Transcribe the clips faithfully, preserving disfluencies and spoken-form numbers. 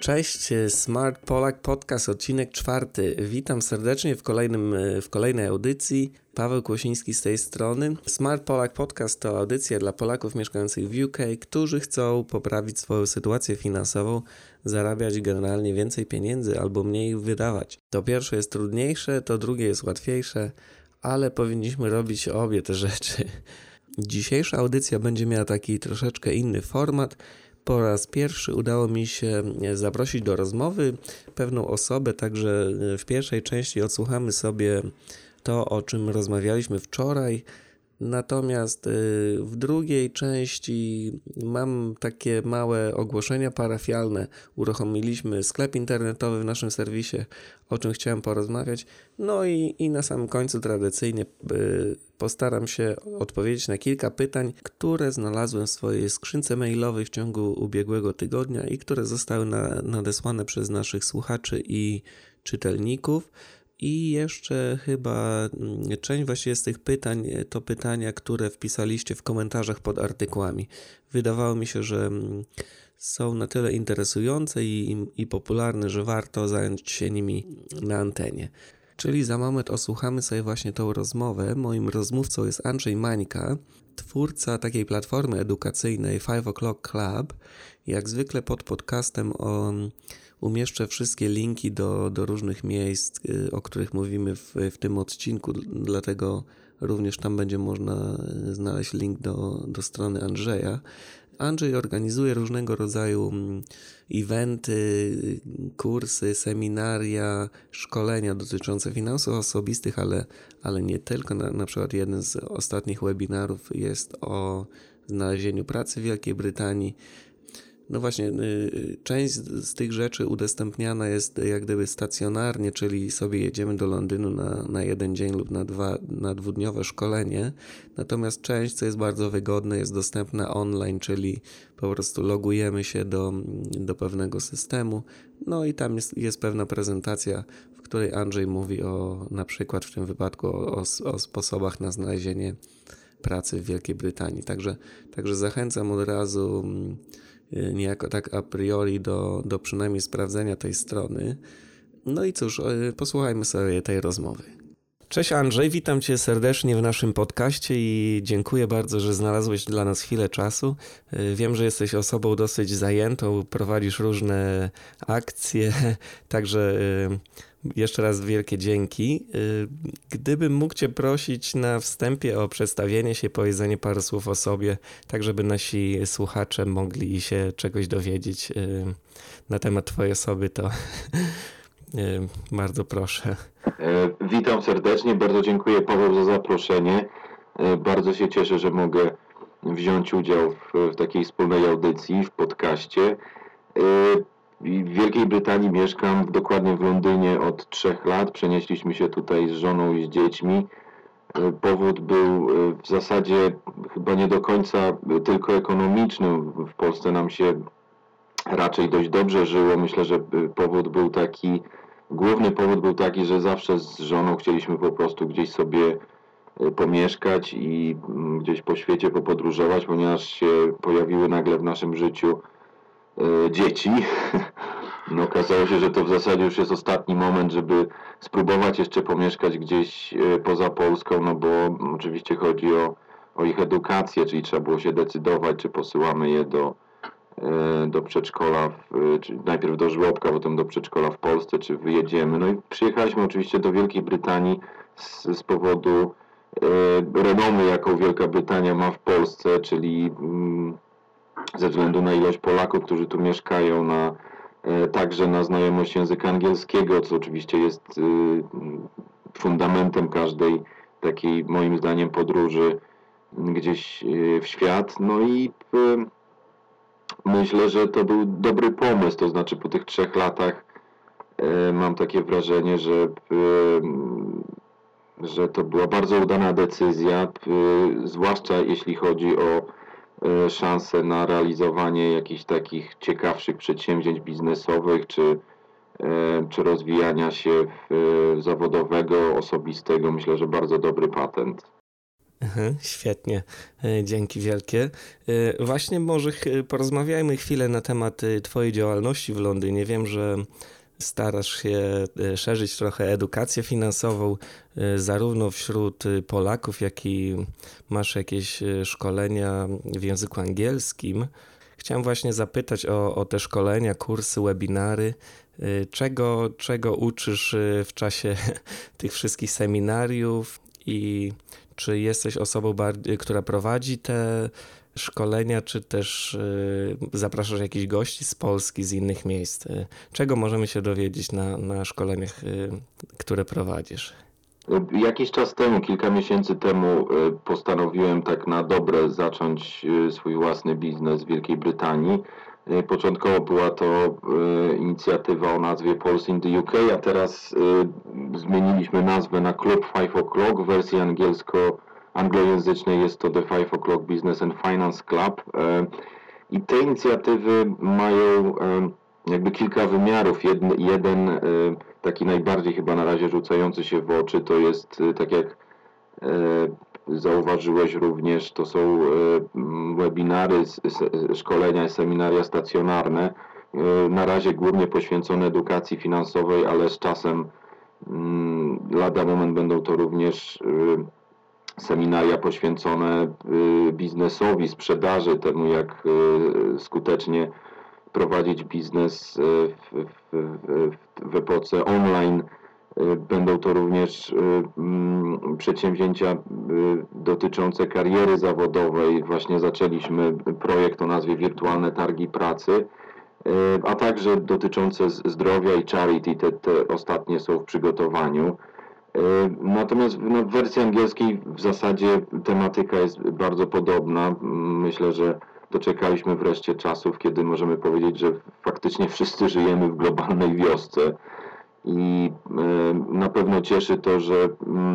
Cześć, Smart Polak Podcast, odcinek czwarty. Witam serdecznie w, kolejnym, w kolejnej audycji. Paweł Kłosiński z tej strony. Smart Polak Podcast to audycja dla Polaków mieszkających w U K, którzy chcą poprawić swoją sytuację finansową, zarabiać generalnie więcej pieniędzy albo mniej wydawać. To pierwsze jest trudniejsze, to drugie jest łatwiejsze, ale powinniśmy robić obie te rzeczy. Dzisiejsza audycja będzie miała taki troszeczkę inny format. Po raz pierwszy udało mi się zaprosić do rozmowy pewną osobę, także w pierwszej części odsłuchamy sobie to, o czym rozmawialiśmy wczoraj. Natomiast w drugiej części mam takie małe ogłoszenia parafialne. Uruchomiliśmy sklep internetowy w naszym serwisie, o czym chciałem porozmawiać. No i, i na samym końcu tradycyjnie postaram się odpowiedzieć na kilka pytań, które znalazłem w swojej skrzynce mailowej w ciągu ubiegłego tygodnia i które zostały na, nadesłane przez naszych słuchaczy i czytelników. I jeszcze chyba część właściwie z tych pytań to pytania, które wpisaliście w komentarzach pod artykułami. Wydawało mi się, że są na tyle interesujące i, i popularne, że warto zająć się nimi na antenie. Czyli za moment osłuchamy sobie właśnie tą rozmowę. Moim rozmówcą jest Andrzej Mańka, twórca takiej platformy edukacyjnej Five O'Clock Club. Jak zwykle pod podcastem o, umieszczę wszystkie linki do, do różnych miejsc, o których mówimy w, w tym odcinku, dlatego również tam będzie można znaleźć link do, do strony Andrzeja. Andrzej organizuje różnego rodzaju eventy, kursy, seminaria, szkolenia dotyczące finansów osobistych, ale, ale nie tylko. Na, na przykład jeden z ostatnich webinarów jest o znalezieniu pracy w Wielkiej Brytanii. No właśnie, część z tych rzeczy udostępniana jest jak gdyby stacjonarnie, czyli sobie jedziemy do Londynu na, na jeden dzień lub na, dwa, na dwudniowe szkolenie. Natomiast część, co jest bardzo wygodne, jest dostępna online, czyli po prostu logujemy się do, do pewnego systemu. No i tam jest, jest pewna prezentacja, w której Andrzej mówi o, na przykład w tym wypadku o, o, o sposobach na znalezienie pracy w Wielkiej Brytanii. Także, także zachęcam od razu niejako tak a priori do, do przynajmniej sprawdzenia tej strony. No i cóż, posłuchajmy sobie tej rozmowy. Cześć Andrzej, witam Cię serdecznie w naszym podcaście i dziękuję bardzo, że znalazłeś dla nas chwilę czasu. Wiem, że jesteś osobą dosyć zajętą, prowadzisz różne akcje, także jeszcze raz wielkie dzięki. Gdybym mógł Cię prosić na wstępie o przedstawienie się, powiedzenie paru słów o sobie, tak żeby nasi słuchacze mogli się czegoś dowiedzieć na temat Twojej osoby, to bardzo proszę. Witam serdecznie, bardzo dziękuję Paweł za zaproszenie. Bardzo się cieszę, że mogę wziąć udział w, w takiej wspólnej audycji, w podcaście. W Wielkiej Brytanii mieszkam, dokładnie w Londynie od trzech lat. Przenieśliśmy się tutaj z żoną i z dziećmi. Powód był w zasadzie chyba nie do końca tylko ekonomiczny. W Polsce nam się raczej dość dobrze żyło. Myślę, że powód był taki, główny powód był taki, że zawsze z żoną chcieliśmy po prostu gdzieś sobie pomieszkać i gdzieś po świecie popodróżować, ponieważ się pojawiły nagle w naszym życiu dzieci. No okazało się, że to w zasadzie już jest ostatni moment, żeby spróbować jeszcze pomieszkać gdzieś poza Polską, no bo oczywiście chodzi o, o ich edukację, czyli trzeba było się decydować, czy posyłamy je do, do przedszkola, w, czy najpierw do żłobka, potem do przedszkola w Polsce, czy wyjedziemy. No i przyjechaliśmy oczywiście do Wielkiej Brytanii z, z powodu e, renomy, jaką Wielka Brytania ma w Polsce, czyli mm, ze względu na ilość Polaków, którzy tu mieszkają, na, e, także na znajomość języka angielskiego, co oczywiście jest e, fundamentem każdej takiej, moim zdaniem, podróży gdzieś e, w świat. No i e, myślę, że to był dobry pomysł, to znaczy po tych trzech latach e, mam takie wrażenie, że, e, że to była bardzo udana decyzja, e, zwłaszcza jeśli chodzi o szansę na realizowanie jakichś takich ciekawszych przedsięwzięć biznesowych, czy, czy rozwijania się zawodowego, osobistego. Myślę, że bardzo dobry patent. Aha, świetnie, dzięki wielkie. Właśnie może porozmawiajmy chwilę na temat twojej działalności w Londynie. Wiem, że starasz się szerzyć trochę edukację finansową zarówno wśród Polaków, jak i masz jakieś szkolenia w języku angielskim. Chciałem właśnie zapytać o, o te szkolenia, kursy, webinary. Czego, czego uczysz w czasie tych wszystkich seminariów i czy jesteś osobą, bardziej, która prowadzi te szkolenia, czy też y, zapraszasz jakichś gości z Polski, z innych miejsc? Czego możemy się dowiedzieć na, na szkoleniach, y, które prowadzisz? Jakiś czas temu, kilka miesięcy temu postanowiłem tak na dobre zacząć swój własny biznes w Wielkiej Brytanii. Początkowo była to inicjatywa o nazwie Pulse in the U K, a teraz zmieniliśmy nazwę na Klub Five O'Clock. W wersji angielsko, anglojęzycznej jest to The Five O'Clock Business and Finance Club. I te inicjatywy mają jakby kilka wymiarów. Jeden, jeden taki najbardziej chyba na razie rzucający się w oczy to jest, tak jak zauważyłeś również, to są webinary, szkolenia, seminaria stacjonarne, na razie głównie poświęcone edukacji finansowej, ale z czasem lada moment będą to również seminaria poświęcone biznesowi, sprzedaży, temu jak skutecznie prowadzić biznes w, w, w, w epoce online. Będą to również przedsięwzięcia dotyczące kariery zawodowej. Właśnie zaczęliśmy projekt o nazwie Wirtualne Targi Pracy, a także dotyczące zdrowia i charity. Te, te ostatnie są w przygotowaniu. Natomiast no, w wersji angielskiej w zasadzie tematyka jest bardzo podobna. Myślę, że doczekaliśmy wreszcie czasów, kiedy możemy powiedzieć, że faktycznie wszyscy żyjemy w globalnej wiosce. I na pewno cieszy to, że,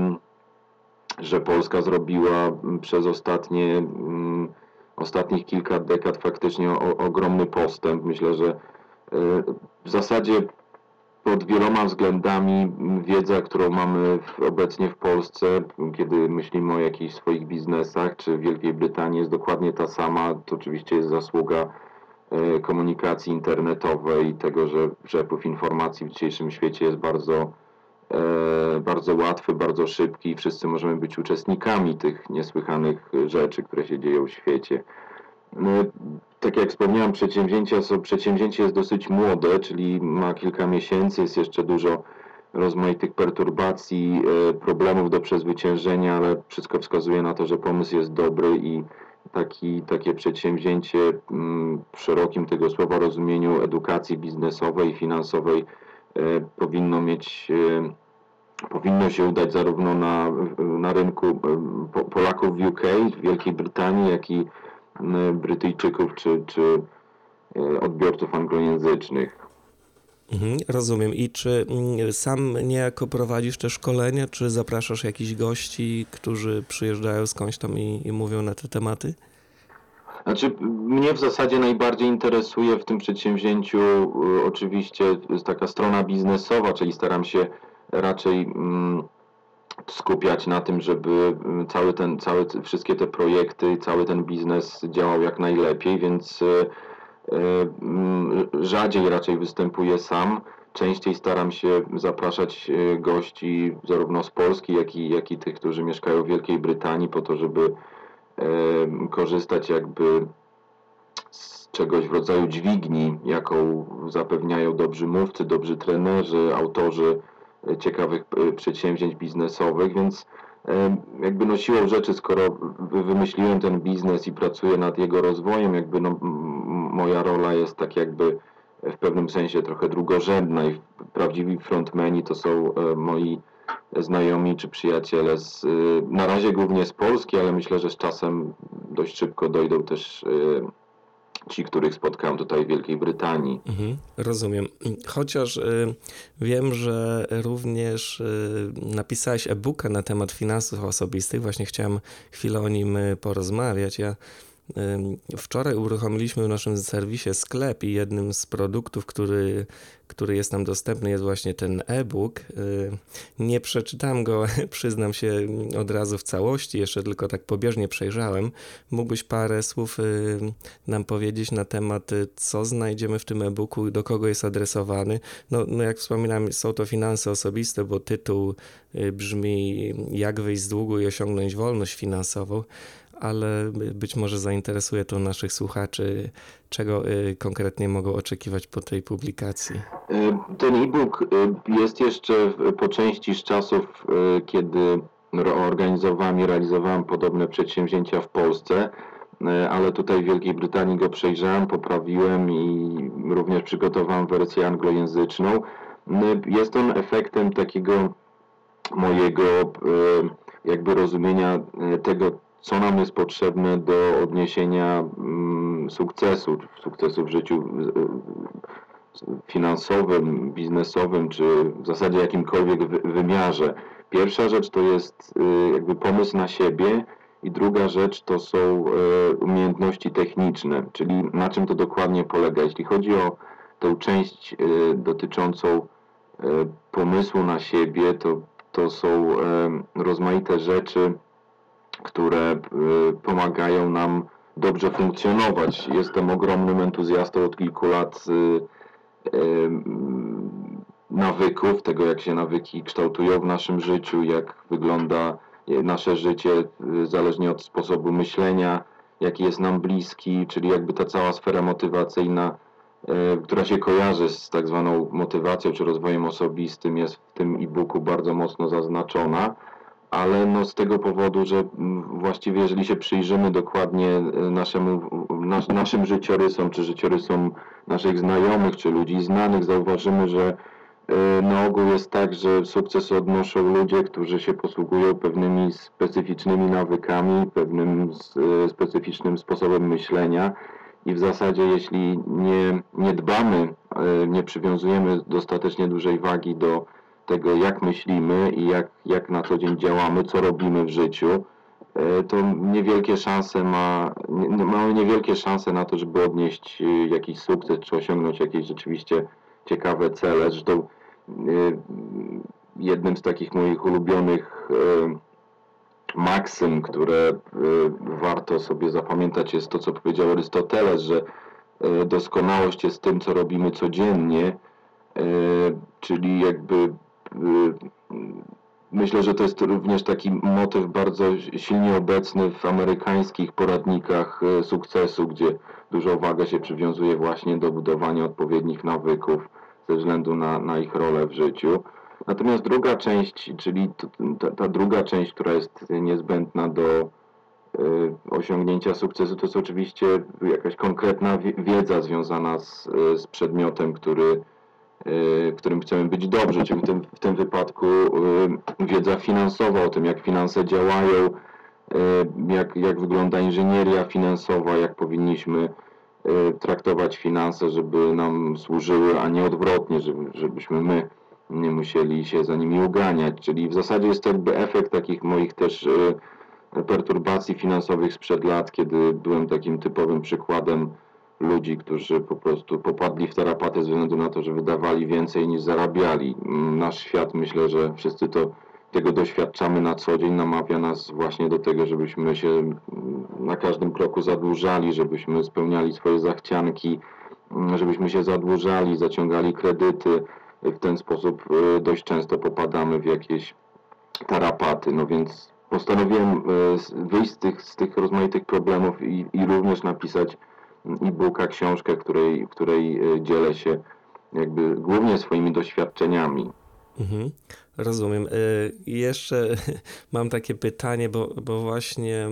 że Polska zrobiła przez ostatnie, ostatnich kilka dekad faktycznie o, ogromny postęp. Myślę, że w zasadzie pod wieloma względami wiedza, którą mamy obecnie w Polsce, kiedy myślimy o jakichś swoich biznesach, czy w Wielkiej Brytanii, jest dokładnie ta sama. To oczywiście jest zasługa komunikacji internetowej i tego, że przepływ informacji w dzisiejszym świecie jest bardzo, bardzo łatwy, bardzo szybki i wszyscy możemy być uczestnikami tych niesłychanych rzeczy, które się dzieją w świecie. Tak jak wspomniałem, przedsięwzięcia są, przedsięwzięcie jest dosyć młode, czyli ma kilka miesięcy, jest jeszcze dużo rozmaitych perturbacji, problemów do przezwyciężenia, ale wszystko wskazuje na to, że pomysł jest dobry i taki, takie przedsięwzięcie w szerokim tego słowa rozumieniu edukacji biznesowej i finansowej powinno mieć, powinno się udać zarówno na, na rynku Polaków w U K, w Wielkiej Brytanii, jak i Brytyjczyków czy, czy odbiorców anglojęzycznych. Mhm, rozumiem. I czy sam niejako prowadzisz te szkolenia, czy zapraszasz jakichś gości, którzy przyjeżdżają skądś tam i, i mówią na te tematy? Znaczy, mnie w zasadzie najbardziej interesuje w tym przedsięwzięciu oczywiście taka strona biznesowa, czyli staram się raczej mm, skupiać na tym, żeby cały ten, cały, wszystkie te projekty, cały ten biznes działał jak najlepiej, więc y, y, rzadziej raczej występuję sam. Częściej staram się zapraszać gości zarówno z Polski, jak i, jak i tych, którzy mieszkają w Wielkiej Brytanii, po to, żeby y, korzystać jakby z czegoś w rodzaju dźwigni, jaką zapewniają dobrzy mówcy, dobrzy trenerzy, autorzy ciekawych przedsięwzięć biznesowych, więc jakby no siłą rzeczy, skoro wymyśliłem ten biznes i pracuję nad jego rozwojem, jakby no moja rola jest tak jakby w pewnym sensie trochę drugorzędna i prawdziwi frontmeni to są moi znajomi czy przyjaciele z, na razie głównie z Polski, ale myślę, że z czasem dość szybko dojdą też ci, których spotkałem tutaj w Wielkiej Brytanii. Mhm, rozumiem. Chociaż y, wiem, że również y, napisałeś e-booka na temat finansów osobistych. Właśnie chciałem chwilę o nim porozmawiać. Ja Wczoraj uruchomiliśmy w naszym serwisie sklep i jednym z produktów, który, który jest nam dostępny, jest właśnie ten e-book. Nie przeczytałem go, przyznam się, od razu w całości, jeszcze tylko tak pobieżnie przejrzałem. Mógłbyś parę słów nam powiedzieć na temat, co znajdziemy w tym e-booku, do kogo jest adresowany? No, no jak wspominałem, są to finanse osobiste, bo tytuł brzmi Jak wyjść z długu i osiągnąć wolność finansową, ale być może zainteresuje to naszych słuchaczy, czego konkretnie mogą oczekiwać po tej publikacji. Ten e-book jest jeszcze po części z czasów, kiedy organizowałem i realizowałem podobne przedsięwzięcia w Polsce, ale tutaj w Wielkiej Brytanii go przejrzałem, poprawiłem i również przygotowałem wersję anglojęzyczną. Jest on efektem takiego mojego jakby rozumienia tego, co nam jest potrzebne do odniesienia sukcesu, sukcesu w życiu finansowym, biznesowym, czy w zasadzie jakimkolwiek wymiarze. Pierwsza rzecz to jest jakby pomysł na siebie i druga rzecz to są umiejętności techniczne, czyli na czym to dokładnie polega. Jeśli chodzi o tę część dotyczącą pomysłu na siebie, to, to są rozmaite rzeczy, które pomagają nam dobrze funkcjonować. Jestem ogromnym entuzjastą od kilku lat nawyków, tego jak się nawyki kształtują w naszym życiu, jak wygląda nasze życie zależnie od sposobu myślenia, jaki jest nam bliski, czyli jakby ta cała sfera motywacyjna, która się kojarzy z tak zwaną motywacją czy rozwojem osobistym, jest w tym e-booku bardzo mocno zaznaczona. Ale no z tego powodu, że właściwie jeżeli się przyjrzymy dokładnie naszemu, nas, naszym życiorysom, czy życiorysom naszych znajomych, czy ludzi znanych, zauważymy, że na ogół jest tak, że sukces odnoszą ludzie, którzy się posługują pewnymi specyficznymi nawykami, pewnym specyficznym sposobem myślenia i w zasadzie jeśli nie, nie dbamy, nie przywiązujemy dostatecznie dużej wagi do tego, jak myślimy i jak, jak na co dzień działamy, co robimy w życiu, to niewielkie szanse ma, mamy niewielkie szanse na to, żeby odnieść jakiś sukces, czy osiągnąć jakieś rzeczywiście ciekawe cele. Zresztą jednym z takich moich ulubionych maksym, które warto sobie zapamiętać, jest to, co powiedział Arystoteles, że doskonałość jest tym, co robimy codziennie, czyli jakby myślę, że to jest również taki motyw bardzo silnie obecny w amerykańskich poradnikach sukcesu, gdzie duża uwaga się przywiązuje właśnie do budowania odpowiednich nawyków ze względu na, na ich rolę w życiu. Natomiast druga część, czyli ta, ta druga część, która jest niezbędna do y, osiągnięcia sukcesu, to jest oczywiście jakaś konkretna wiedza związana z, z przedmiotem, który w którym chcemy być dobrzy, czyli w tym, w tym wypadku wiedza finansowa o tym, jak finanse działają, jak, jak wygląda inżynieria finansowa, jak powinniśmy traktować finanse, żeby nam służyły, a nie odwrotnie, żeby, żebyśmy my nie musieli się za nimi uganiać. Czyli w zasadzie jest to jakby efekt takich moich też perturbacji finansowych sprzed lat, kiedy byłem takim typowym przykładem ludzi, którzy po prostu popadli w tarapaty ze względu na to, że wydawali więcej niż zarabiali. Nasz świat, myślę, że wszyscy to, tego doświadczamy na co dzień, namawia nas właśnie do tego, żebyśmy się na każdym kroku zadłużali, żebyśmy spełniali swoje zachcianki, żebyśmy się zadłużali, zaciągali kredyty. W ten sposób dość często popadamy w jakieś tarapaty. No więc postanowiłem wyjść z tych, z tych rozmaitych problemów i, i również napisać e-booka, książkę, której, w której dzielę się jakby głównie swoimi doświadczeniami. Mhm, rozumiem. I jeszcze mam takie pytanie, bo, bo właśnie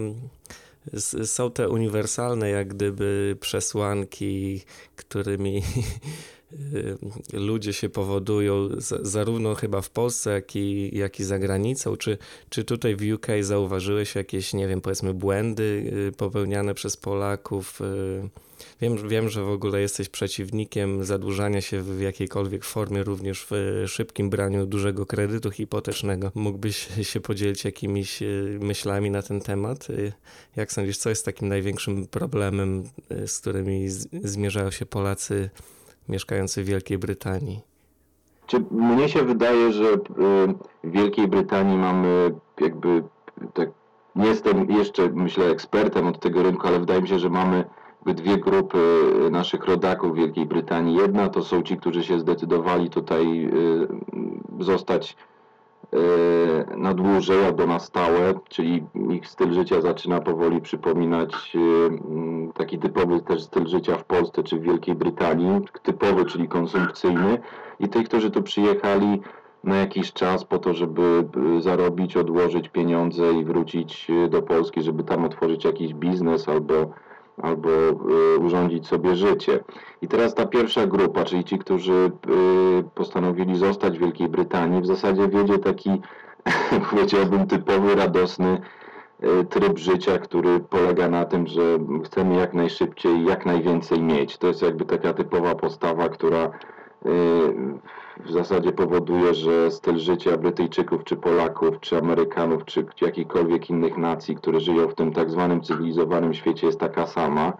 są te uniwersalne jak gdyby przesłanki, którymi ludzie się powodują zarówno chyba w Polsce, jak i, jak i za granicą. Czy, czy tutaj w U K zauważyłeś jakieś, nie wiem, powiedzmy błędy popełniane przez Polaków? Wiem, wiem, że w ogóle jesteś przeciwnikiem zadłużania się w jakiejkolwiek formie, również w szybkim braniu dużego kredytu hipotecznego. Mógłbyś się podzielić jakimiś myślami na ten temat? Jak sądzisz, co jest takim największym problemem, z którymi zmierzają się Polacy mieszkający w Wielkiej Brytanii? Czy mnie się wydaje, że w Wielkiej Brytanii mamy jakby, tak, nie jestem jeszcze, myślę, ekspertem od tego rynku, ale wydaje mi się, że mamy dwie grupy naszych rodaków w Wielkiej Brytanii. Jedna to są ci, którzy się zdecydowali tutaj zostać na dłużej albo na stałe, czyli ich styl życia zaczyna powoli przypominać taki typowy też styl życia w Polsce czy w Wielkiej Brytanii, typowy, czyli konsumpcyjny, i tych, którzy tu przyjechali na jakiś czas po to, żeby zarobić, odłożyć pieniądze i wrócić do Polski, żeby tam otworzyć jakiś biznes albo albo y, urządzić sobie życie. I teraz ta pierwsza grupa, czyli ci, którzy y, postanowili zostać w Wielkiej Brytanii, w zasadzie wiedzie taki, powiedziałbym, typowy, radosny y, tryb życia, który polega na tym, że chcemy jak najszybciej, jak najwięcej mieć. To jest jakby taka typowa postawa, która y, w zasadzie powoduje, że styl życia Brytyjczyków, czy Polaków, czy Amerykanów, czy jakichkolwiek innych nacji, które żyją w tym tak zwanym cywilizowanym świecie, jest taka sama.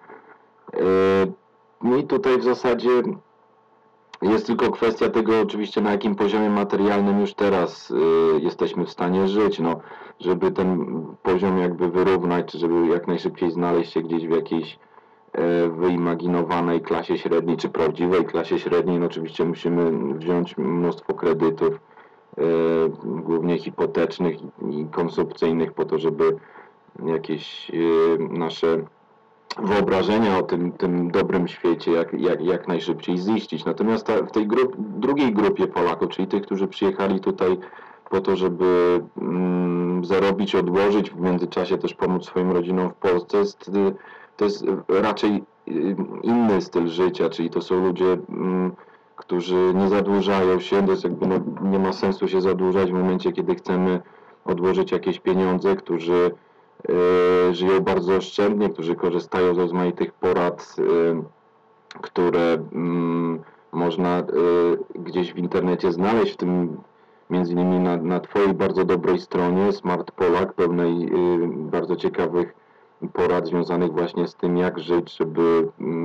I tutaj w zasadzie jest tylko kwestia tego oczywiście, na jakim poziomie materialnym już teraz jesteśmy w stanie żyć. No, żeby ten poziom jakby wyrównać, czy żeby jak najszybciej znaleźć się gdzieś w jakiejś wyimaginowanej klasie średniej, czy prawdziwej klasie średniej, no oczywiście musimy wziąć mnóstwo kredytów, e, głównie hipotecznych i konsumpcyjnych, po to, żeby jakieś e, nasze wyobrażenia o tym, tym dobrym świecie jak, jak, jak najszybciej ziścić. Natomiast ta, w tej grup, drugiej grupie Polaków, czyli tych, którzy przyjechali tutaj po to, żeby mm, zarobić, odłożyć, w międzyczasie też pomóc swoim rodzinom w Polsce, jest to jest raczej inny styl życia, czyli to są ludzie, którzy nie zadłużają się, to jest jakby, no, nie ma sensu się zadłużać w momencie, kiedy chcemy odłożyć jakieś pieniądze, którzy y, żyją bardzo oszczędnie, którzy korzystają z rozmaitych porad, y, które y, można y, gdzieś w internecie znaleźć, w tym między innymi na, na Twojej bardzo dobrej stronie Smart Polak, pełnej y, bardzo ciekawych porad związanych właśnie z tym, jak żyć, żeby,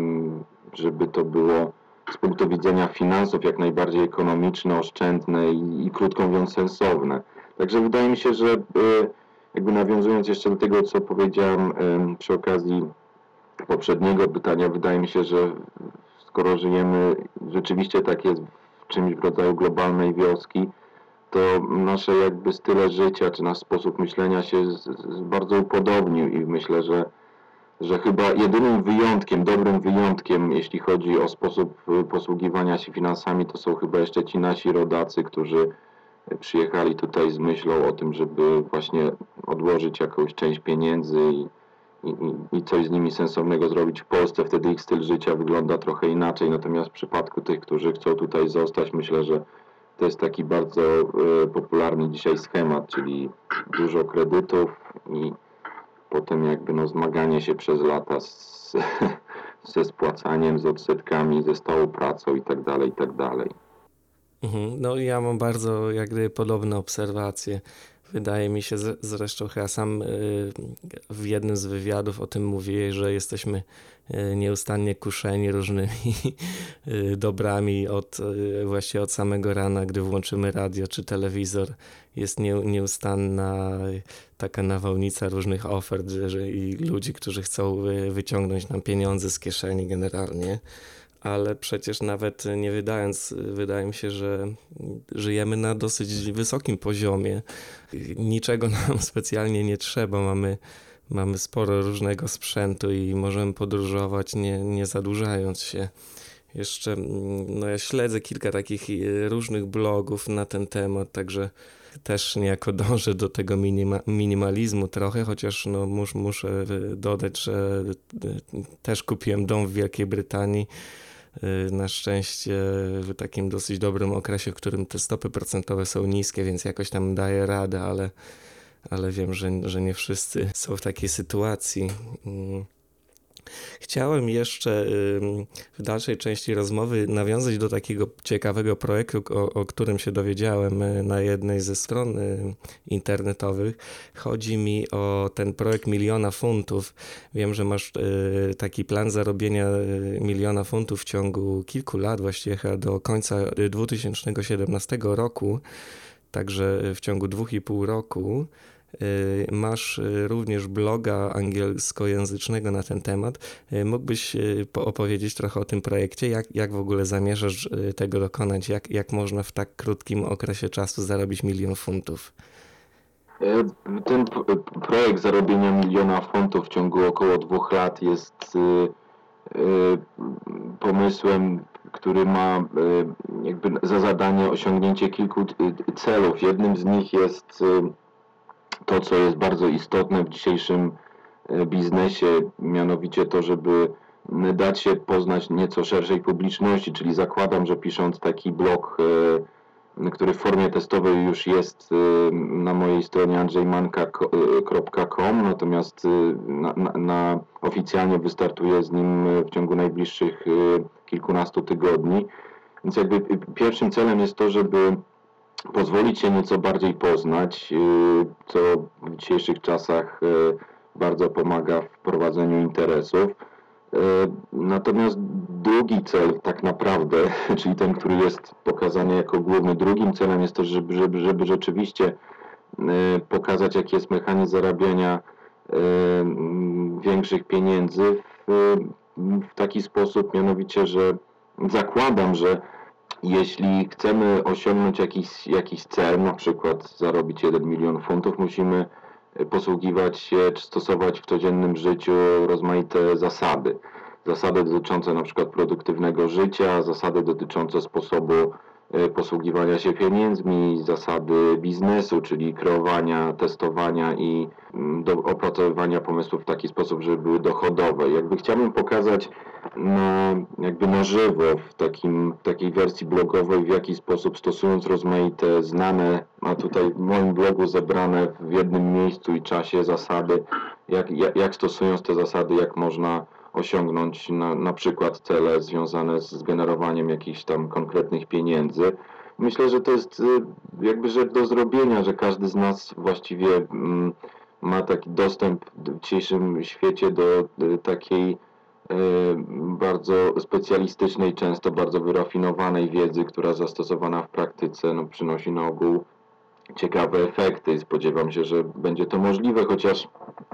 żeby to było z punktu widzenia finansów jak najbardziej ekonomiczne, oszczędne i, i krótko mówiąc sensowne. Także wydaje mi się, że jakby nawiązując jeszcze do tego, co powiedziałem przy okazji poprzedniego pytania, wydaje mi się, że skoro żyjemy rzeczywiście tak jest w czymś w rodzaju globalnej wioski, to nasze jakby style życia, czy nasz sposób myślenia się z, z bardzo upodobnił i myślę, że, że chyba jedynym wyjątkiem, dobrym wyjątkiem, jeśli chodzi o sposób posługiwania się finansami, to są chyba jeszcze ci nasi rodacy, którzy przyjechali tutaj z myślą o tym, żeby właśnie odłożyć jakąś część pieniędzy i, i, i coś z nimi sensownego zrobić w Polsce. Wtedy ich styl życia wygląda trochę inaczej, natomiast w przypadku tych, którzy chcą tutaj zostać, myślę, że to jest taki bardzo y, popularny dzisiaj schemat, czyli dużo kredytów i potem jakby no zmaganie się przez lata z, ze spłacaniem, z odsetkami, ze stałą pracą i tak dalej, i tak dalej. No ja mam bardzo jak gdyby podobne obserwacje. Wydaje mi się, zresztą chyba sam w jednym z wywiadów o tym mówiłeś, że jesteśmy nieustannie kuszeni różnymi dobrami od, właśnie od samego rana, gdy włączymy radio czy telewizor. Jest nie, nieustanna taka nawałnica różnych ofert że, i ludzi, którzy chcą wyciągnąć nam pieniądze z kieszeni generalnie. Ale przecież nawet nie wydając, wydaje mi się, że żyjemy na dosyć wysokim poziomie. Niczego nam specjalnie nie trzeba. Mamy, mamy sporo różnego sprzętu i możemy podróżować nie, nie zadłużając się. Jeszcze no ja śledzę kilka takich różnych blogów na ten temat, także też niejako dążę do tego minima, minimalizmu trochę, chociaż no mus, muszę dodać, że też kupiłem dom w Wielkiej Brytanii na szczęście w takim dosyć dobrym okresie, w którym te stopy procentowe są niskie, więc jakoś tam daję radę, ale, ale wiem, że, że nie wszyscy są w takiej sytuacji. Chciałem jeszcze w dalszej części rozmowy nawiązać do takiego ciekawego projektu, o, o którym się dowiedziałem na jednej ze stron internetowych. Chodzi mi o ten projekt miliona funtów. Wiem, że masz taki plan zarobienia miliona funtów w ciągu kilku lat, właściwie chyba do końca dwa tysiące siedemnastego roku, także w ciągu dwóch i pół roku. Masz również bloga angielskojęzycznego na ten temat. Mógłbyś opowiedzieć trochę o tym projekcie? Jak, jak w ogóle zamierzasz tego dokonać? Jak, jak można w tak krótkim okresie czasu zarobić milion funtów? Ten projekt zarobienia miliona funtów w ciągu około dwóch lat jest pomysłem, który ma jakby za zadanie osiągnięcie kilku celów. Jednym z nich jest to, co jest bardzo istotne w dzisiejszym biznesie, mianowicie to, żeby dać się poznać nieco szerszej publiczności, czyli zakładam, że pisząc taki blog, który w formie testowej już jest na mojej stronie andrzej manka kropka com, natomiast na, na, na oficjalnie wystartuję z nim w ciągu najbliższych kilkunastu tygodni. Więc jakby pierwszym celem jest to, żeby pozwolić się nieco bardziej poznać, co w dzisiejszych czasach bardzo pomaga w prowadzeniu interesów. Natomiast drugi cel tak naprawdę, czyli ten, który jest pokazany jako główny, drugim celem jest to, żeby, żeby, żeby rzeczywiście pokazać, jaki jest mechanizm zarabiania większych pieniędzy w, w taki sposób, mianowicie, że zakładam, że jeśli chcemy osiągnąć jakiś, jakiś cel, na przykład zarobić jeden milion funtów, musimy posługiwać się czy stosować w codziennym życiu rozmaite zasady. Zasady dotyczące na przykład produktywnego życia, zasady dotyczące sposobu posługiwania się pieniędzmi, zasady biznesu, czyli kreowania, testowania i do opracowywania pomysłów w taki sposób, żeby były dochodowe. Jakby chciałbym pokazać na, jakby na żywo w takim, takiej wersji blogowej, w jaki sposób stosując rozmaite znane, a tutaj w moim blogu zebrane w jednym miejscu i czasie zasady, jak, jak, jak stosując te zasady, jak można osiągnąć na, na przykład cele związane z generowaniem jakichś tam konkretnych pieniędzy. Myślę, że to jest jakby rzecz do zrobienia, że każdy z nas właściwie mm, ma taki dostęp w dzisiejszym świecie do takiej y, bardzo specjalistycznej, często bardzo wyrafinowanej wiedzy, która zastosowana w praktyce no, przynosi na ogół ciekawe efekty. Spodziewam się, że będzie to możliwe, chociaż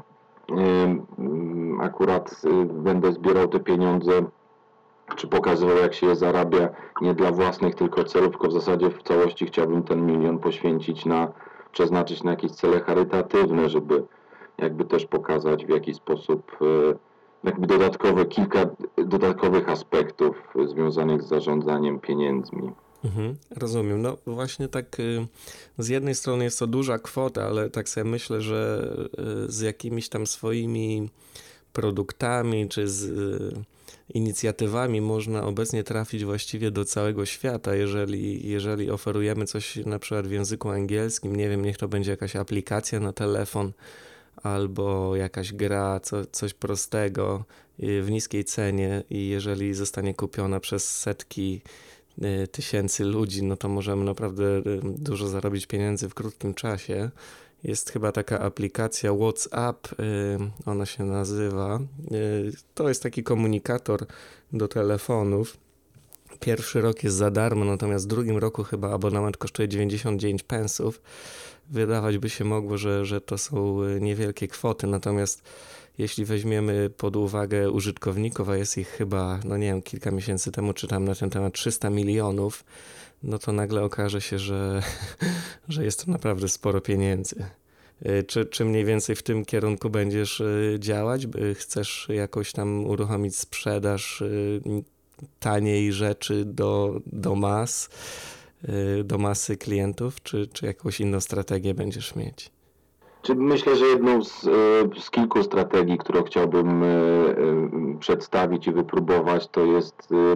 akurat będę zbierał te pieniądze, czy pokazywał, jak się je zarabia, nie dla własnych tylko celów, tylko w zasadzie w całości chciałbym ten milion poświęcić na, przeznaczyć na jakieś cele charytatywne, żeby jakby też pokazać, w jaki sposób jakby dodatkowe, kilka dodatkowych aspektów związanych z zarządzaniem pieniędzmi. Mhm, rozumiem. No właśnie tak z jednej strony jest to duża kwota, ale tak sobie myślę, że z jakimiś tam swoimi produktami czy z inicjatywami można obecnie trafić właściwie do całego świata, jeżeli, jeżeli oferujemy coś na przykład w języku angielskim, nie wiem, niech to będzie jakaś aplikacja na telefon albo jakaś gra, co, coś prostego w niskiej cenie i jeżeli zostanie kupiona przez setki tysięcy ludzi, no to możemy naprawdę dużo zarobić pieniędzy w krótkim czasie. Jest chyba taka aplikacja WhatsApp, ona się nazywa. To jest taki komunikator do telefonów. Pierwszy rok jest za darmo, natomiast w drugim roku chyba abonament kosztuje dziewięćdziesiąt dziewięć pensów. Wydawać by się mogło, że, że to są niewielkie kwoty, natomiast jeśli weźmiemy pod uwagę użytkowników, a jest ich chyba, no nie wiem, kilka miesięcy temu czytam na ten temat trzysta milionów, no to nagle okaże się, że, że jest to naprawdę sporo pieniędzy. Czy, czy mniej więcej w tym kierunku będziesz działać? Chcesz jakoś tam uruchomić sprzedaż taniej rzeczy do, do mas, do masy klientów, czy, czy jakąś inną strategię będziesz mieć? Myślę, że jedną z, z kilku strategii, którą chciałbym przedstawić i wypróbować, to jest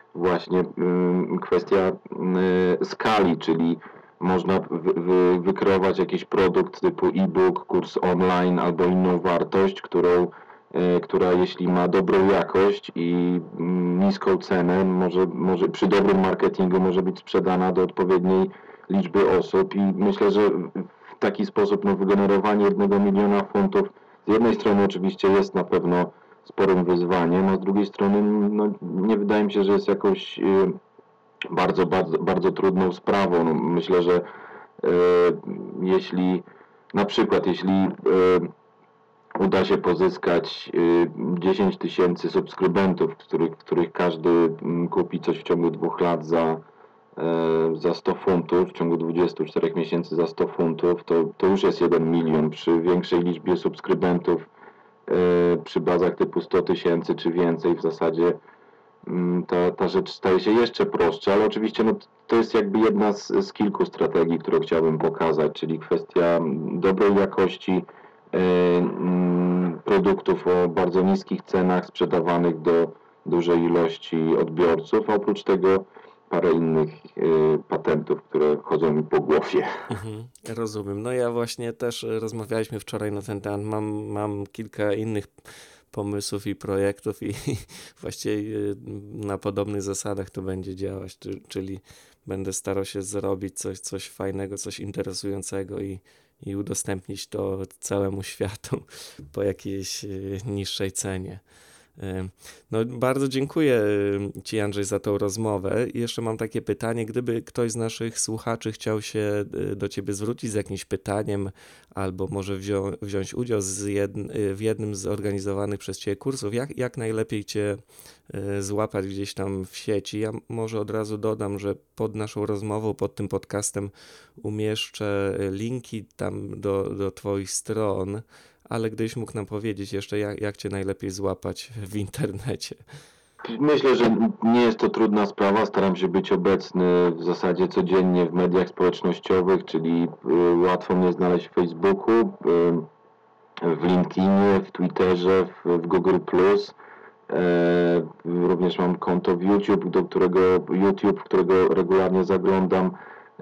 właśnie kwestia skali, czyli można wy, wy, wykreować jakiś produkt typu e-book, kurs online albo inną wartość, którą, która jeśli ma dobrą jakość i niską cenę, może, może przy dobrym marketingu może być sprzedana do odpowiedniej liczby osób i myślę, że w taki sposób no, wygenerowanie jednego miliona funtów z jednej strony oczywiście jest na pewno sporym wyzwaniem, a z drugiej strony no, nie wydaje mi się, że jest jakąś bardzo, bardzo, bardzo trudną sprawą. No, myślę, że e, jeśli na przykład jeśli e, uda się pozyskać e, dziesięć tysięcy subskrybentów, których, których każdy m, kupi coś w ciągu dwóch lat za, e, za sto funtów, w ciągu dwudziestu czterech miesięcy za sto funtów, to, to już jest jeden milion. Przy większej liczbie subskrybentów, e, przy bazach typu sto tysięcy czy więcej w zasadzie Ta, ta rzecz staje się jeszcze prostsza, ale oczywiście no, to jest jakby jedna z, z kilku strategii, które chciałbym pokazać, czyli kwestia dobrej jakości e, produktów o bardzo niskich cenach sprzedawanych do dużej ilości odbiorców, a oprócz tego parę innych e, patentów, które chodzą mi po głowie. Mhm, rozumiem. No ja właśnie też rozmawialiśmy wczoraj na ten temat, mam, mam kilka innych pomysłów i projektów i właściwie na podobnych zasadach to będzie działać, czyli będę starał się zrobić coś, coś fajnego, coś interesującego i, i udostępnić to całemu światu po jakiejś niższej cenie. No, bardzo dziękuję Ci, Andrzej, za tą rozmowę. I jeszcze mam takie pytanie, gdyby ktoś z naszych słuchaczy chciał się do Ciebie zwrócić z jakimś pytaniem albo może wzią, wziąć udział z jedn, w jednym z organizowanych przez Ciebie kursów, jak, jak najlepiej Cię złapać gdzieś tam w sieci? Ja może od razu dodam, że pod naszą rozmową, pod tym podcastem umieszczę linki tam do, do Twoich stron, ale gdybyś mógł nam powiedzieć jeszcze, jak, jak Cię najlepiej złapać w internecie. Myślę, że nie jest to trudna sprawa. Staram się być obecny w zasadzie codziennie w mediach społecznościowych, czyli łatwo mnie znaleźć w Facebooku, w LinkedInie, w Twitterze, w Google plus. Również mam konto w YouTube, do którego YouTube, którego regularnie zaglądam.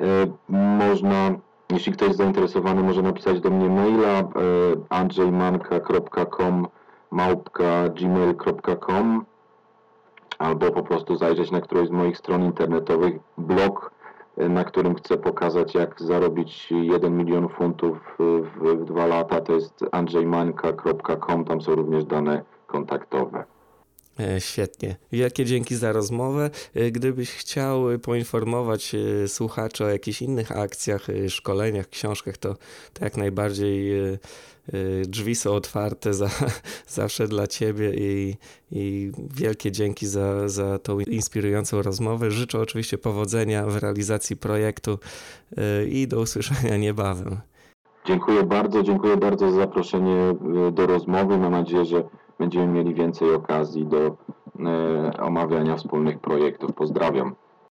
Można, jeśli ktoś jest zainteresowany, może napisać do mnie maila andrzejmanka kropka com małpka gmail kropka com albo po prostu zajrzeć na którąś z moich stron internetowych, blog, na którym chcę pokazać, jak zarobić jeden milion funtów w, w dwa lata, to jest andrzejmanka kropka com, tam są również dane kontaktowe. Świetnie. Wielkie dzięki za rozmowę. Gdybyś chciał poinformować słuchaczy o jakichś innych akcjach, szkoleniach, książkach, to, to jak najbardziej drzwi są otwarte za, zawsze dla Ciebie i, i wielkie dzięki za, za tą inspirującą rozmowę. Życzę oczywiście powodzenia w realizacji projektu i do usłyszenia niebawem. Dziękuję bardzo, dziękuję bardzo za zaproszenie do rozmowy. Mam nadzieję, że będziemy mieli więcej okazji do e, omawiania wspólnych projektów. Pozdrawiam.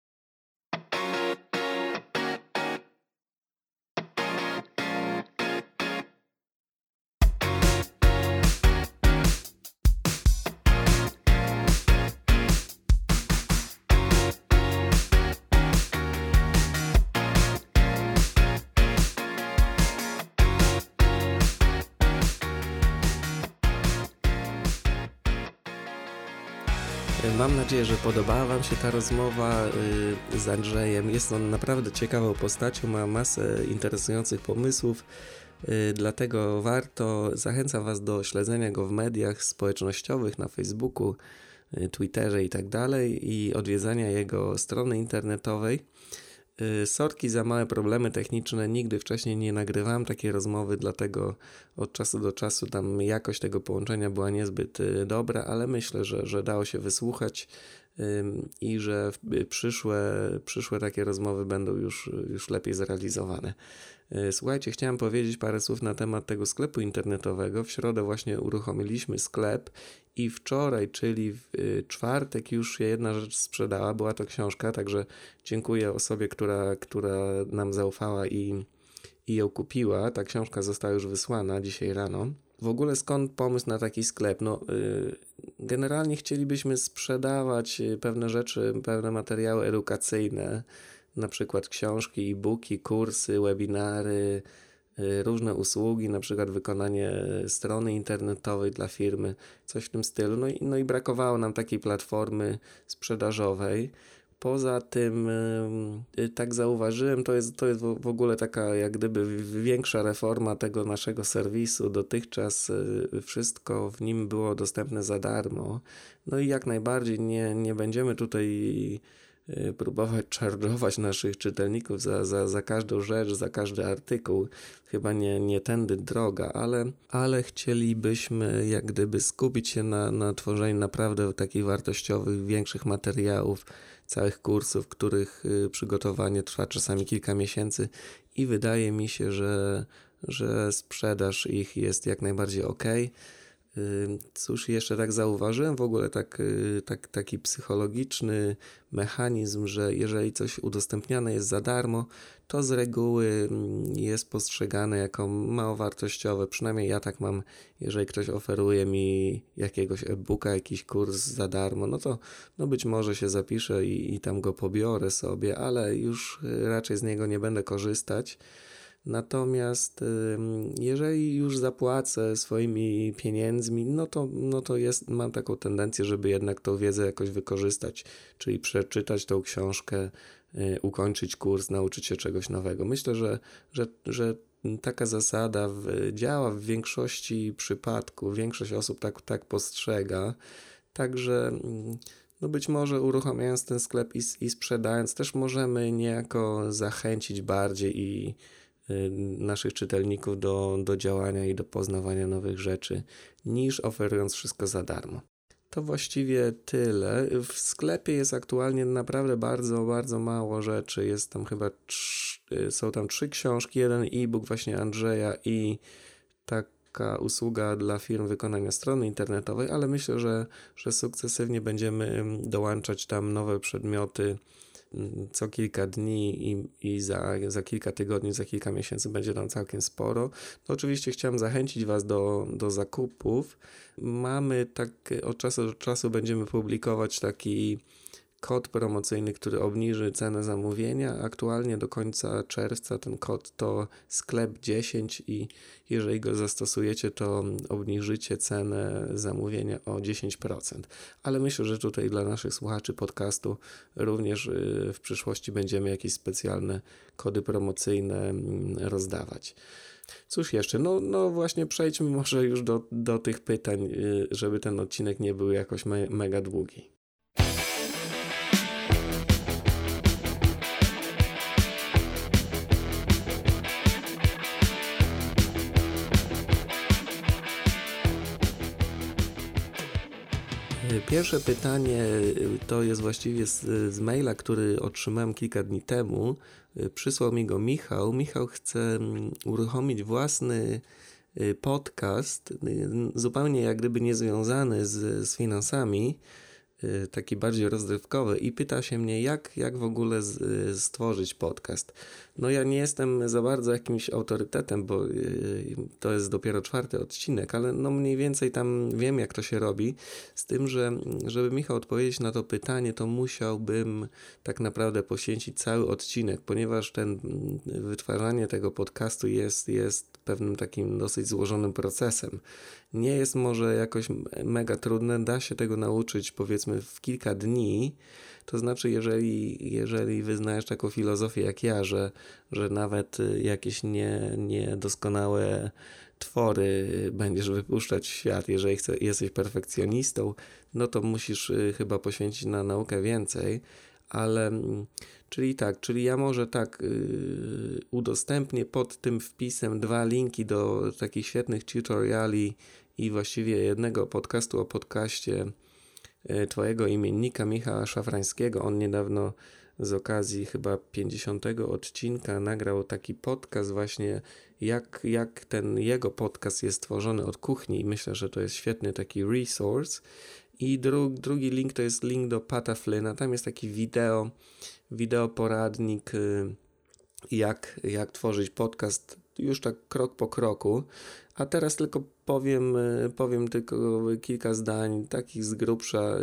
Mam nadzieję, że podobała Wam się ta rozmowa z Andrzejem. Jest on naprawdę ciekawą postacią, ma masę interesujących pomysłów, dlatego warto, zachęcam Was do śledzenia go w mediach społecznościowych, na Facebooku, Twitterze i tak dalej i odwiedzania jego strony internetowej. Sorki za małe problemy techniczne, nigdy wcześniej nie nagrywałem takiej rozmowy, dlatego od czasu do czasu tam jakość tego połączenia była niezbyt dobra, ale myślę, że, że dało się wysłuchać i że przyszłe, przyszłe takie rozmowy będą już, już lepiej zrealizowane. Słuchajcie, chciałem powiedzieć parę słów na temat tego sklepu internetowego. W środę właśnie uruchomiliśmy sklep i wczoraj, czyli w czwartek już się jedna rzecz sprzedała, była to książka, także dziękuję osobie, która, która nam zaufała i, i ją kupiła. Ta książka została już wysłana dzisiaj rano. W ogóle skąd pomysł na taki sklep? No, yy, generalnie chcielibyśmy sprzedawać pewne rzeczy, pewne materiały edukacyjne, na przykład książki, e-booki, kursy, webinary, różne usługi, na przykład wykonanie strony internetowej dla firmy, coś w tym stylu. No i, no i brakowało nam takiej platformy sprzedażowej. Poza tym, tak zauważyłem, to jest, to jest w ogóle taka jak gdyby większa reforma tego naszego serwisu. Dotychczas wszystko w nim było dostępne za darmo. No i jak najbardziej nie, nie będziemy tutaj próbować charge'ować naszych czytelników za, za, za każdą rzecz, za każdy artykuł. Chyba nie, nie tędy droga, ale, ale chcielibyśmy jak gdyby skupić się na, na tworzeniu naprawdę takich wartościowych, większych materiałów, całych kursów, których przygotowanie trwa czasami kilka miesięcy i wydaje mi się, że, że sprzedaż ich jest jak najbardziej ok. Cóż, jeszcze tak zauważyłem w ogóle tak, tak, taki psychologiczny mechanizm, że jeżeli coś udostępniane jest za darmo, to z reguły jest postrzegane jako mało wartościowe. Przynajmniej ja tak mam, jeżeli ktoś oferuje mi jakiegoś e-booka, jakiś kurs za darmo, no to no być może się zapiszę i, i tam go pobiorę sobie, ale już raczej z niego nie będę korzystać. Natomiast jeżeli już zapłacę swoimi pieniędzmi, no to, no to jest, mam taką tendencję, żeby jednak tą wiedzę jakoś wykorzystać, czyli przeczytać tą książkę, ukończyć kurs, nauczyć się czegoś nowego. Myślę, że, że, że taka zasada w, działa w większości przypadków, większość osób tak, tak postrzega, także no być może uruchamiając ten sklep i, i sprzedając też możemy niejako zachęcić bardziej i naszych czytelników do, do działania i do poznawania nowych rzeczy, niż oferując wszystko za darmo. To właściwie tyle. W sklepie jest aktualnie naprawdę bardzo, bardzo mało rzeczy. Jest tam chyba trz, są tam trzy książki, jeden e-book właśnie Andrzeja i taka usługa dla firm wykonania strony internetowej, ale myślę, że, że sukcesywnie będziemy dołączać tam nowe przedmioty co kilka dni i, i za, za kilka tygodni, za kilka miesięcy będzie tam całkiem sporo. No oczywiście chciałem zachęcić Was do, do zakupów. Mamy tak, od czasu do czasu będziemy publikować taki kod promocyjny, który obniży cenę zamówienia. Aktualnie do końca czerwca ten kod to sklep dziesięć i jeżeli go zastosujecie, to obniżycie cenę zamówienia o dziesięć procent. Ale myślę, że tutaj dla naszych słuchaczy podcastu również w przyszłości będziemy jakieś specjalne kody promocyjne rozdawać. Cóż jeszcze? No, no właśnie przejdźmy może już do, do tych pytań, żeby ten odcinek nie był jakoś me, mega długi. Pierwsze pytanie to jest właściwie z, z maila, który otrzymałem kilka dni temu. Przysłał mi go Michał. Michał chce uruchomić własny podcast, zupełnie jak gdyby niezwiązany z, z finansami, taki bardziej rozrywkowy i pyta się mnie, jak, jak w ogóle z, stworzyć podcast. No ja nie jestem za bardzo jakimś autorytetem, bo to jest dopiero czwarty odcinek, ale no mniej więcej tam wiem, jak to się robi, z tym, że żeby Michał odpowiedzieć na to pytanie, to musiałbym tak naprawdę poświęcić cały odcinek, ponieważ ten wytwarzanie tego podcastu jest, jest pewnym takim dosyć złożonym procesem. Nie jest może jakoś mega trudne, da się tego nauczyć powiedzmy w kilka dni, to znaczy jeżeli, jeżeli wyznajesz taką filozofię jak ja, że, że nawet jakieś nie, niedoskonałe twory będziesz wypuszczać w świat, jeżeli chce, jesteś perfekcjonistą, no to musisz chyba poświęcić na naukę więcej, ale czyli tak, czyli ja może tak yy, udostępnię pod tym wpisem dwa linki do takich świetnych tutoriali i właściwie jednego podcastu o podcaście yy, twojego imiennika Michała Szafrańskiego. On niedawno z okazji chyba pięćdziesiątego odcinka nagrał taki podcast właśnie, jak, jak ten jego podcast jest tworzony od kuchni i myślę, że to jest świetny taki resource. I dru, drugi link to jest link do Pata Flynna, tam jest taki wideo, wideo poradnik, jak, jak tworzyć podcast już tak krok po kroku. A teraz tylko powiem, powiem tylko kilka zdań, takich z grubsza,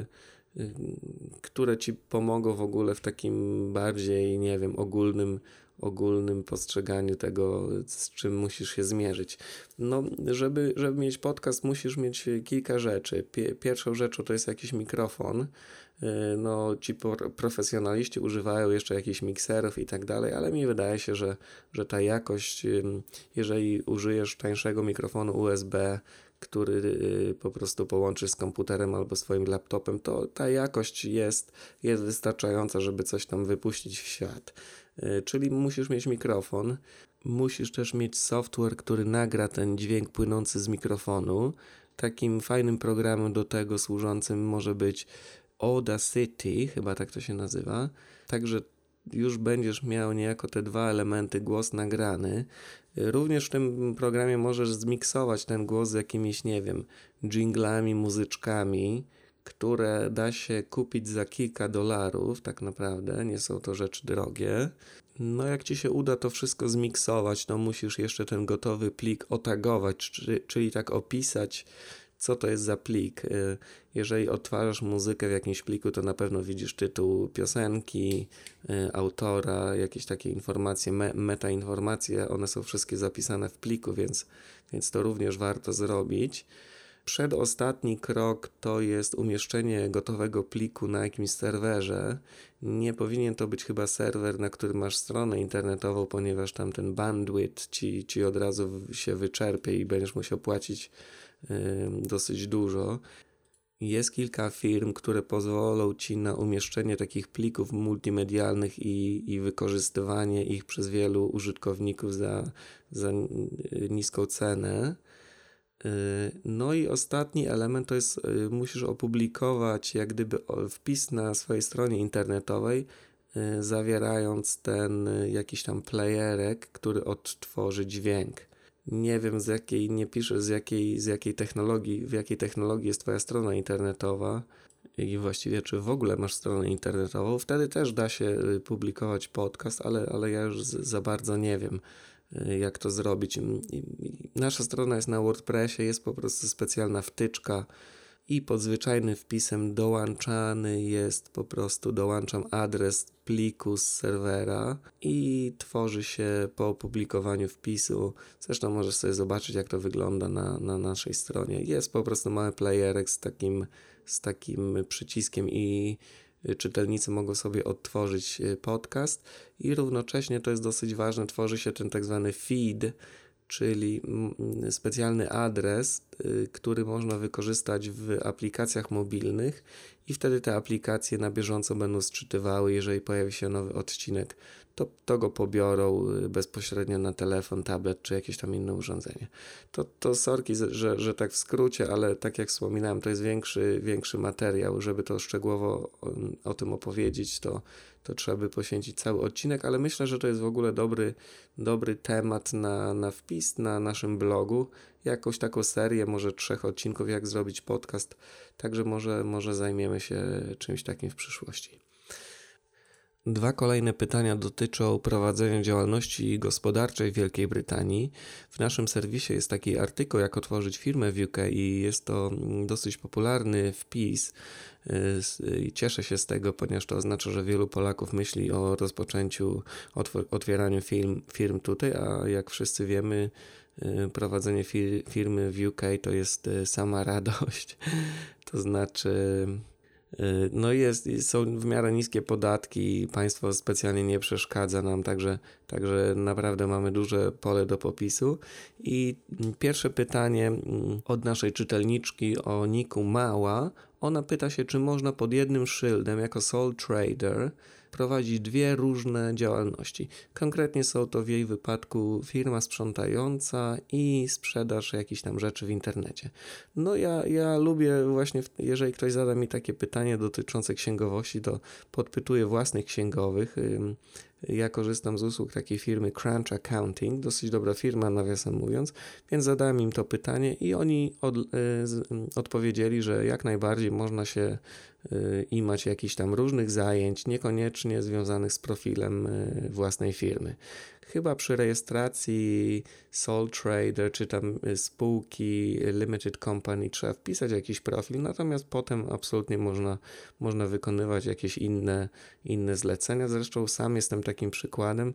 które ci pomogą w ogóle w takim bardziej, nie wiem, ogólnym, ogólnym postrzeganiu tego, z czym musisz się zmierzyć. No, żeby, żeby mieć podcast, musisz mieć kilka rzeczy. Pierwszą rzeczą to jest jakiś mikrofon. No, ci profesjonaliści używają jeszcze jakichś mikserów i tak dalej, ale mi wydaje się, że, że ta jakość, jeżeli użyjesz tańszego mikrofonu U S B, który po prostu połączysz z komputerem albo swoim laptopem, to ta jakość jest, jest wystarczająca, żeby coś tam wypuścić w świat. Czyli musisz mieć mikrofon, musisz też mieć software, który nagra ten dźwięk płynący z mikrofonu. Takim fajnym programem do tego służącym może być Audacity, chyba tak to się nazywa. Także już będziesz miał niejako te dwa elementy, głos nagrany. Również w tym programie możesz zmiksować ten głos z jakimiś, nie wiem, dżinglami, muzyczkami, które da się kupić za kilka dolarów, tak naprawdę, nie są to rzeczy drogie. No jak ci się uda to wszystko zmiksować, to musisz jeszcze ten gotowy plik otagować, czyli tak opisać, co to jest za plik. Jeżeli odtwarzasz muzykę w jakimś pliku, to na pewno widzisz tytuł piosenki, autora, jakieś takie informacje, me, metainformacje, one są wszystkie zapisane w pliku, więc, więc to również warto zrobić. Przedostatni krok to jest umieszczenie gotowego pliku na jakimś serwerze. Nie powinien to być chyba serwer, na którym masz stronę internetową, ponieważ tam ten bandwidth ci, ci od razu się wyczerpie i będziesz musiał płacić yy, dosyć dużo. Jest kilka firm, które pozwolą ci na umieszczenie takich plików multimedialnych i, i wykorzystywanie ich przez wielu użytkowników za, za niską cenę. No i ostatni element to jest, musisz opublikować jak gdyby wpis na swojej stronie internetowej, zawierając ten jakiś tam playerek, który odtworzy dźwięk. Nie wiem z jakiej, nie piszę z jakiej, z jakiej technologii, w jakiej technologii jest twoja strona internetowa i właściwie czy w ogóle masz stronę internetową. Wtedy też da się publikować podcast, ale, ale ja już za bardzo nie wiem, jak to zrobić. Nasza strona jest na WordPressie, jest po prostu specjalna wtyczka i pod zwyczajnym wpisem dołączany jest po prostu, dołączam adres pliku z serwera i tworzy się po opublikowaniu wpisu. Zresztą możesz sobie zobaczyć, jak to wygląda na, na naszej stronie. Jest po prostu mały playerek z takim, z takim przyciskiem i czytelnicy mogą sobie odtworzyć podcast i równocześnie, to jest dosyć ważne, tworzy się ten tak zwany feed, czyli specjalny adres, który można wykorzystać w aplikacjach mobilnych i wtedy te aplikacje na bieżąco będą sczytywały, jeżeli pojawi się nowy odcinek, to, to go pobiorą bezpośrednio na telefon, tablet czy jakieś tam inne urządzenie. To, to sorki, że, że tak w skrócie, ale tak jak wspominałem, to jest większy, większy materiał, żeby to szczegółowo o, o tym opowiedzieć, to, to trzeba by poświęcić cały odcinek, ale myślę, że to jest w ogóle dobry, dobry temat na, na wpis na naszym blogu, jakąś taką serię, może trzech odcinków, jak zrobić podcast, także może, może zajmiemy się czymś takim w przyszłości. Dwa kolejne pytania dotyczą prowadzenia działalności gospodarczej w Wielkiej Brytanii. W naszym serwisie jest taki artykuł, jak otworzyć firmę w U K i jest to dosyć popularny wpis. Cieszę się z tego, ponieważ to oznacza, że wielu Polaków myśli o rozpoczęciu, otwieraniu firm, firm tutaj, a jak wszyscy wiemy, prowadzenie fir- firmy w U K to jest sama radość. To znaczy... No jest, są w miarę niskie podatki, państwo specjalnie nie przeszkadza nam, także, także naprawdę mamy duże pole do popisu. I pierwsze pytanie od naszej czytelniczki o niku Mała. Ona pyta się, czy można pod jednym szyldem jako sole trader prowadzić dwie różne działalności. Konkretnie są to w jej wypadku firma sprzątająca i sprzedaż jakichś tam rzeczy w internecie. No ja, ja lubię właśnie, jeżeli ktoś zada mi takie pytanie dotyczące księgowości, to podpytuję własnych księgowych. Ja korzystam z usług takiej firmy Crunch Accounting, dosyć dobra firma, nawiasem mówiąc, więc zadałem im to pytanie i oni od, y, odpowiedzieli, że jak najbardziej można się y, imać jakichś tam różnych zajęć, niekoniecznie koniecznie związanych z profilem własnej firmy. Chyba przy rejestracji sole trader czy tam spółki limited company trzeba wpisać jakiś profil, natomiast potem absolutnie można, można wykonywać jakieś inne, inne zlecenia. Zresztą sam jestem takim przykładem.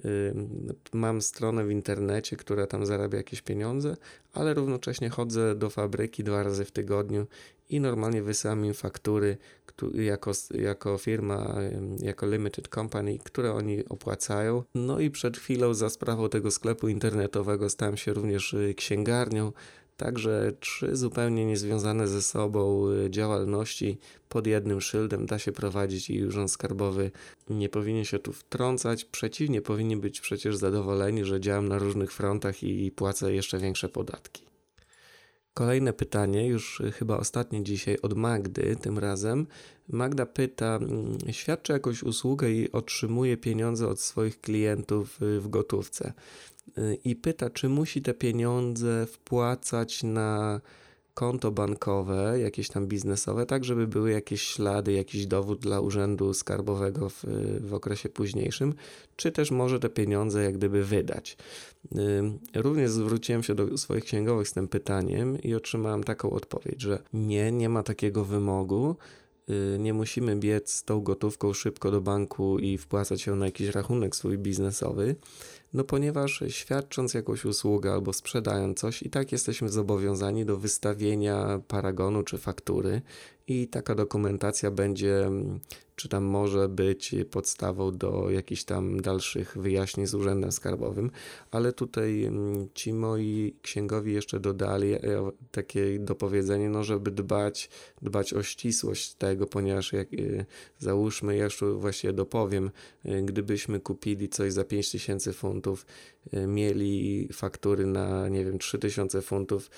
Mam stronę w internecie, która tam zarabia jakieś pieniądze, ale równocześnie chodzę do fabryki dwa razy w tygodniu i normalnie wysyłam im faktury jako, jako firma, jako limited company, które oni opłacają. No i przed chwilą za sprawą tego sklepu internetowego stałem się również księgarnią. Także trzy zupełnie niezwiązane ze sobą działalności pod jednym szyldem da się prowadzić i Urząd Skarbowy nie powinien się tu wtrącać. Przeciwnie, powinni być przecież zadowoleni, że działam na różnych frontach i płacę jeszcze większe podatki. Kolejne pytanie, już chyba ostatnie dzisiaj od Magdy tym razem. Magda pyta, świadczy jakąś usługę i otrzymuje pieniądze od swoich klientów w gotówce. I pyta, czy musi te pieniądze wpłacać na konto bankowe, jakieś tam biznesowe, tak żeby były jakieś ślady, jakiś dowód dla Urzędu Skarbowego w, w okresie późniejszym, czy też może te pieniądze jak gdyby wydać. Również zwróciłem się do swoich księgowych z tym pytaniem i otrzymałem taką odpowiedź, że nie, nie ma takiego wymogu. Nie musimy biec z tą gotówką szybko do banku i wpłacać ją na jakiś rachunek swój biznesowy, no ponieważ świadcząc jakąś usługę albo sprzedając coś, i tak jesteśmy zobowiązani do wystawienia paragonu czy faktury i taka dokumentacja będzie, czy tam może być podstawą do jakichś tam dalszych wyjaśnień z Urzędem Skarbowym, ale tutaj ci moi księgowi jeszcze dodali takie dopowiedzenie, no żeby dbać, dbać o ścisłość tego, ponieważ jak załóżmy, ja już właściwie dopowiem, gdybyśmy kupili coś za pięć tysięcy funtów, mieli faktury na, nie wiem, trzy tysiące funtów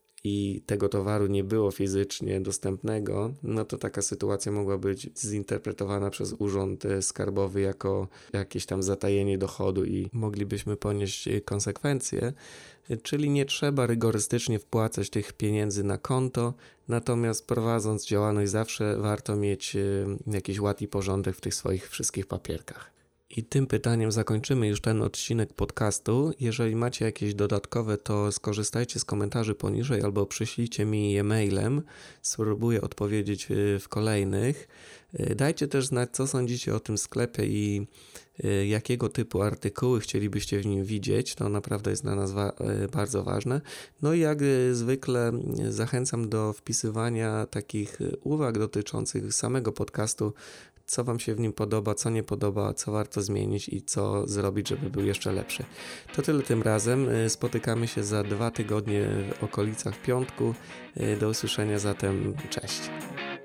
i tego towaru nie było fizycznie dostępnego, no to taka sytuacja mogła być zinterpretowana przez Urząd Skarbowy jako jakieś tam zatajenie dochodu i moglibyśmy ponieść konsekwencje, czyli nie trzeba rygorystycznie wpłacać tych pieniędzy na konto, natomiast prowadząc działalność zawsze warto mieć jakiś ład i porządek w tych swoich wszystkich papierkach. I tym pytaniem zakończymy już ten odcinek podcastu. Jeżeli macie jakieś dodatkowe, to skorzystajcie z komentarzy poniżej albo przyślijcie mi je mailem. Spróbuję odpowiedzieć w kolejnych. Dajcie też znać, co sądzicie o tym sklepie i jakiego typu artykuły chcielibyście w nim widzieć. To naprawdę jest dla nas wa- bardzo ważne. No i jak zwykle zachęcam do wpisywania takich uwag dotyczących samego podcastu, co Wam się w nim podoba, co nie podoba, co warto zmienić i co zrobić, żeby był jeszcze lepszy. To tyle tym razem. Spotykamy się za dwa tygodnie w okolicach piątku. Do usłyszenia zatem. Cześć.